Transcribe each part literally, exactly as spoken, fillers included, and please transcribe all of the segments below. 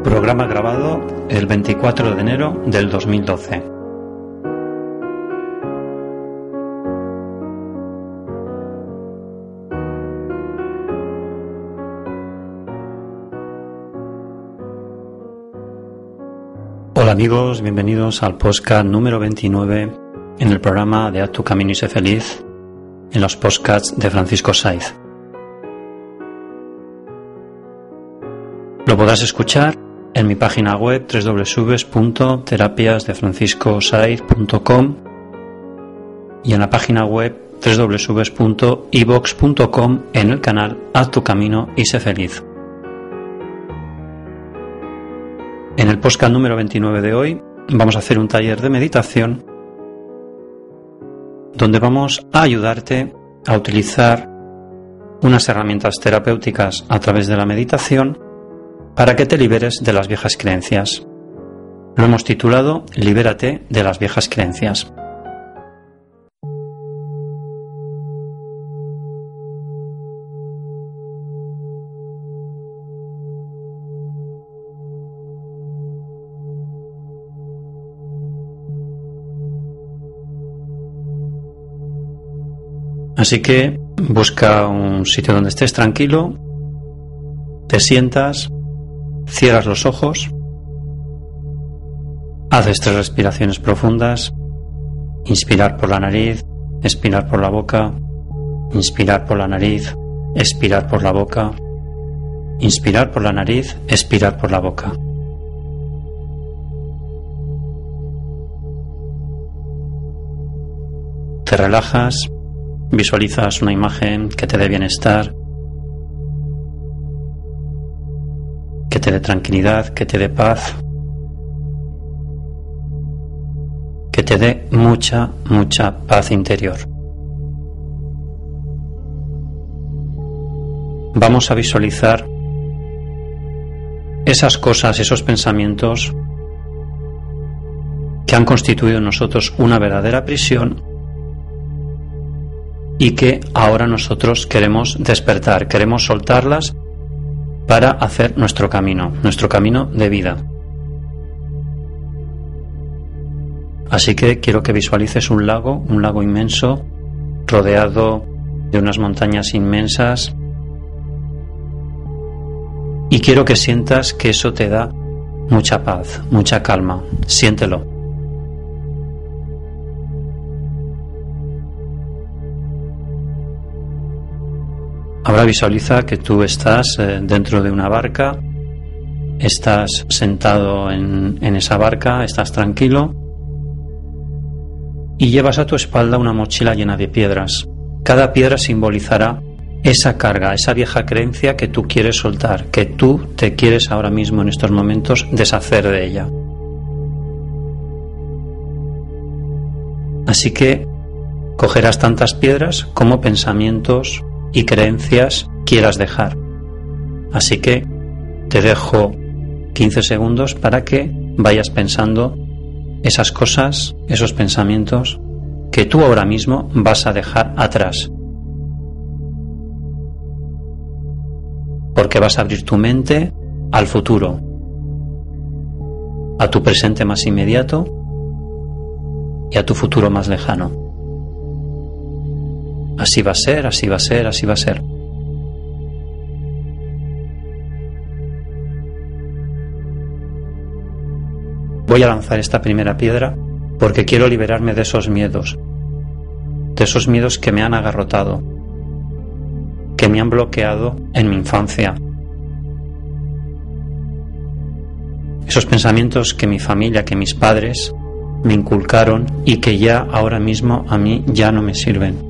Programa grabado el veinticuatro de enero del dos mil doce. Hola amigos, bienvenidos al podcast número veintinueve en el programa de Haz tu camino y sé feliz, en los podcasts de Francisco Saiz. Lo podrás escuchar en mi página web doble u doble u doble u punto terapias de francisco saiz punto com y en la página web doble u doble u doble u punto i vox punto com en el canal Haz tu camino y sé feliz. En el podcast número veintinueve de hoy vamos a hacer un taller de meditación donde vamos a ayudarte a utilizar unas herramientas terapéuticas a través de la meditación para que te liberes de las viejas creencias. Lo hemos titulado Libérate de las viejas creencias. Así que busca un sitio donde estés tranquilo, te sientas, cierras los ojos, haces tres respiraciones profundas, inspirar por la nariz, expirar por la boca, inspirar por la nariz, expirar por la boca, inspirar por la nariz, expirar por la boca. Te relajas, visualizas una imagen que te dé bienestar, que te dé tranquilidad, que te dé paz, que te dé mucha, mucha paz interior. Vamos a visualizar esas cosas, esos pensamientos que han constituido en nosotros una verdadera prisión y que ahora nosotros queremos despertar, queremos soltarlas para hacer nuestro camino, nuestro camino de vida. Así que quiero que visualices un lago, un lago inmenso, rodeado de unas montañas inmensas, y quiero que sientas que eso te da mucha paz, mucha calma. Siéntelo. Ahora visualiza que tú estás eh, dentro de una barca, estás sentado en, en esa barca, estás tranquilo y llevas a tu espalda una mochila llena de piedras. Cada piedra simbolizará esa carga, esa vieja creencia que tú quieres soltar, que tú te quieres ahora mismo en estos momentos deshacer de ella. Así que cogerás tantas piedras como pensamientos y creencias quieras dejar. Así que te dejo quince segundos para que vayas pensando esas cosas, esos pensamientos que tú ahora mismo vas a dejar atrás. Porque vas a abrir tu mente al futuro, a tu presente más inmediato y a tu futuro más lejano. Así va a ser, así va a ser, así va a ser. Voy a lanzar esta primera piedra porque quiero liberarme de esos miedos, de esos miedos que me han agarrotado, que me han bloqueado en mi infancia. Esos pensamientos que mi familia, que mis padres me inculcaron y que ya ahora mismo a mí ya no me sirven.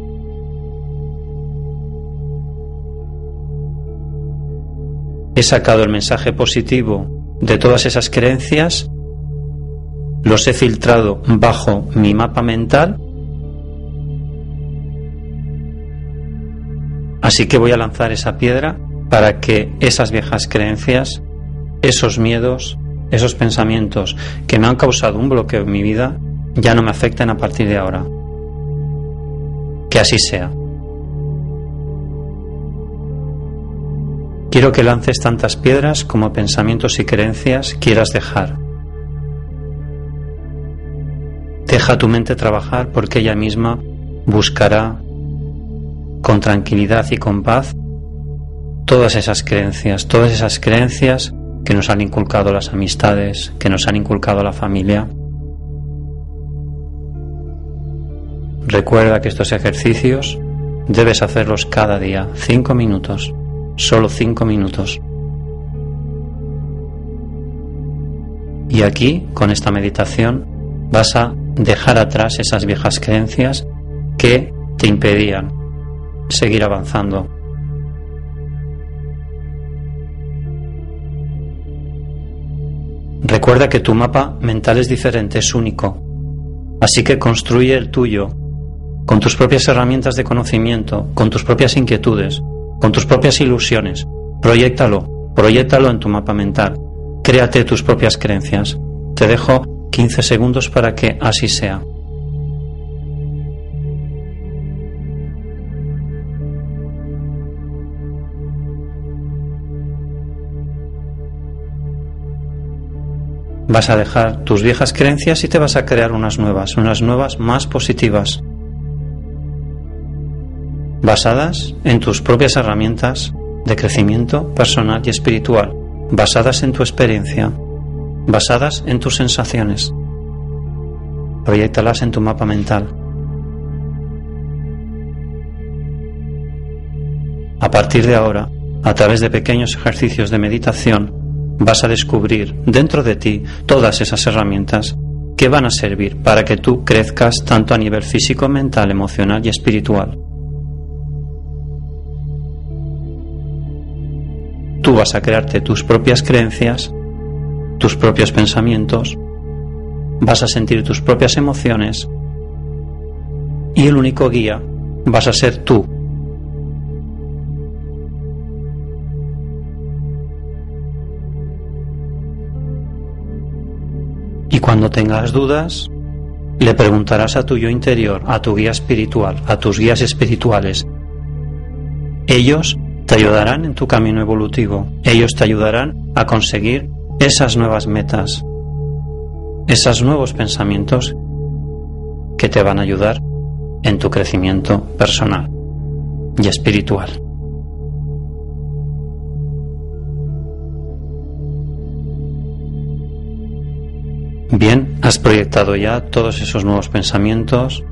He sacado el mensaje positivo de todas esas creencias, los he filtrado bajo mi mapa mental, así que voy a lanzar esa piedra para que esas viejas creencias, esos miedos, esos pensamientos que me han causado un bloqueo en mi vida, ya no me afecten a partir de ahora. Que así sea. Quiero que lances tantas piedras como pensamientos y creencias quieras dejar. Deja tu mente trabajar porque ella misma buscará con tranquilidad y con paz todas esas creencias, todas esas creencias que nos han inculcado las amistades, que nos han inculcado la familia. Recuerda que estos ejercicios debes hacerlos cada día, cinco minutos, solo cinco minutos. Y aquí, con esta meditación, vas a dejar atrás esas viejas creencias que te impedían seguir avanzando. Recuerda que tu mapa mental es diferente, es único. Así que construye el tuyo, con tus propias herramientas de conocimiento, con tus propias inquietudes, con tus propias ilusiones. Proyéctalo, proyéctalo en tu mapa mental. Créate tus propias creencias. Te dejo quince segundos para que así sea. Vas a dejar tus viejas creencias y te vas a crear unas nuevas, unas nuevas más positivas, basadas en tus propias herramientas de crecimiento personal y espiritual, basadas en tu experiencia, basadas en tus sensaciones. Proyéctalas en tu mapa mental. A partir de ahora, a través de pequeños ejercicios de meditación, vas a descubrir dentro de ti todas esas herramientas que van a servir para que tú crezcas tanto a nivel físico, mental, emocional y espiritual. Tú vas a crearte tus propias creencias, tus propios pensamientos, vas a sentir tus propias emociones y el único guía vas a ser tú. Y cuando tengas dudas, le preguntarás a tu yo interior, a tu guía espiritual, a tus guías espirituales. Ellos te ayudarán en tu camino evolutivo. Ellos te ayudarán a conseguir esas nuevas metas, esos nuevos pensamientos que te van a ayudar en tu crecimiento personal y espiritual. Bien, has proyectado ya todos esos nuevos pensamientos,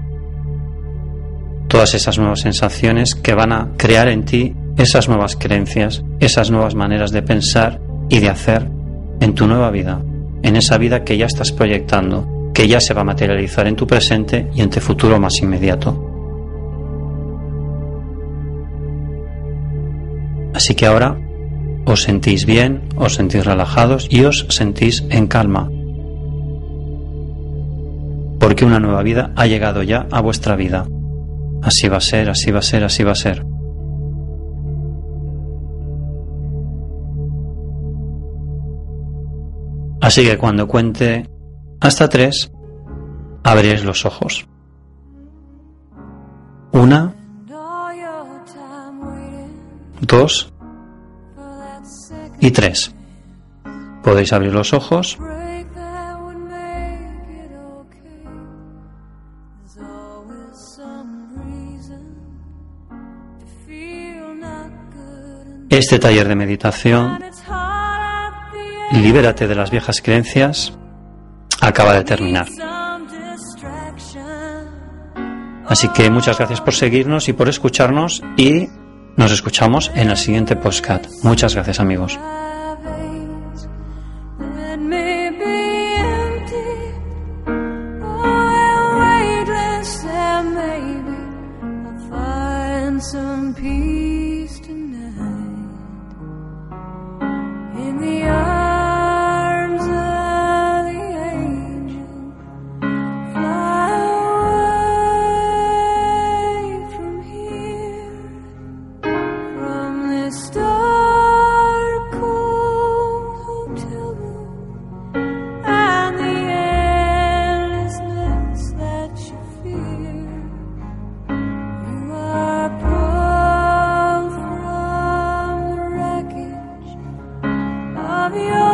todas esas nuevas sensaciones que van a crear en ti esas nuevas creencias, esas nuevas maneras de pensar y de hacer en tu nueva vida, en esa vida que ya estás proyectando, que ya se va a materializar en tu presente y en tu futuro más inmediato. Así que ahora os sentís bien, os sentís relajados y os sentís en calma, porque una nueva vida ha llegado ya a vuestra vida. Así va a ser, así va a ser, así va a ser. Así que cuando cuente hasta tres, abréis los ojos. Una, dos y tres. Podéis abrir los ojos. Este taller de meditación, libérate de las viejas creencias, acaba de terminar. Así que muchas gracias por seguirnos y por escucharnos, y nos escuchamos en el siguiente podcast. Muchas gracias, amigos.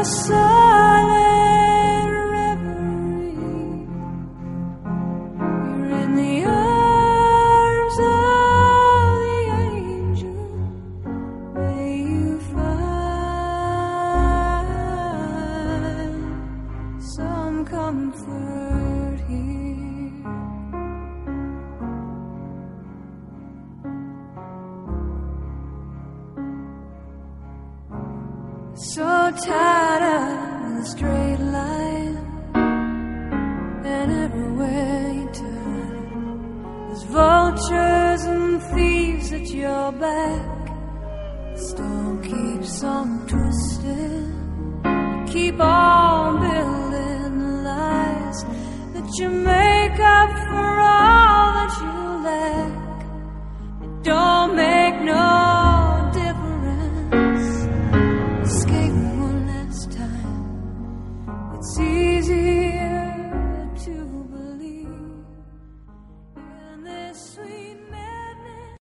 silent reverie. You're in the arms of the angel. May you find some comfort here. So tired of the straight line, and everywhere you turn, there's vultures and thieves at your back. The storm keeps on twisting, you keep on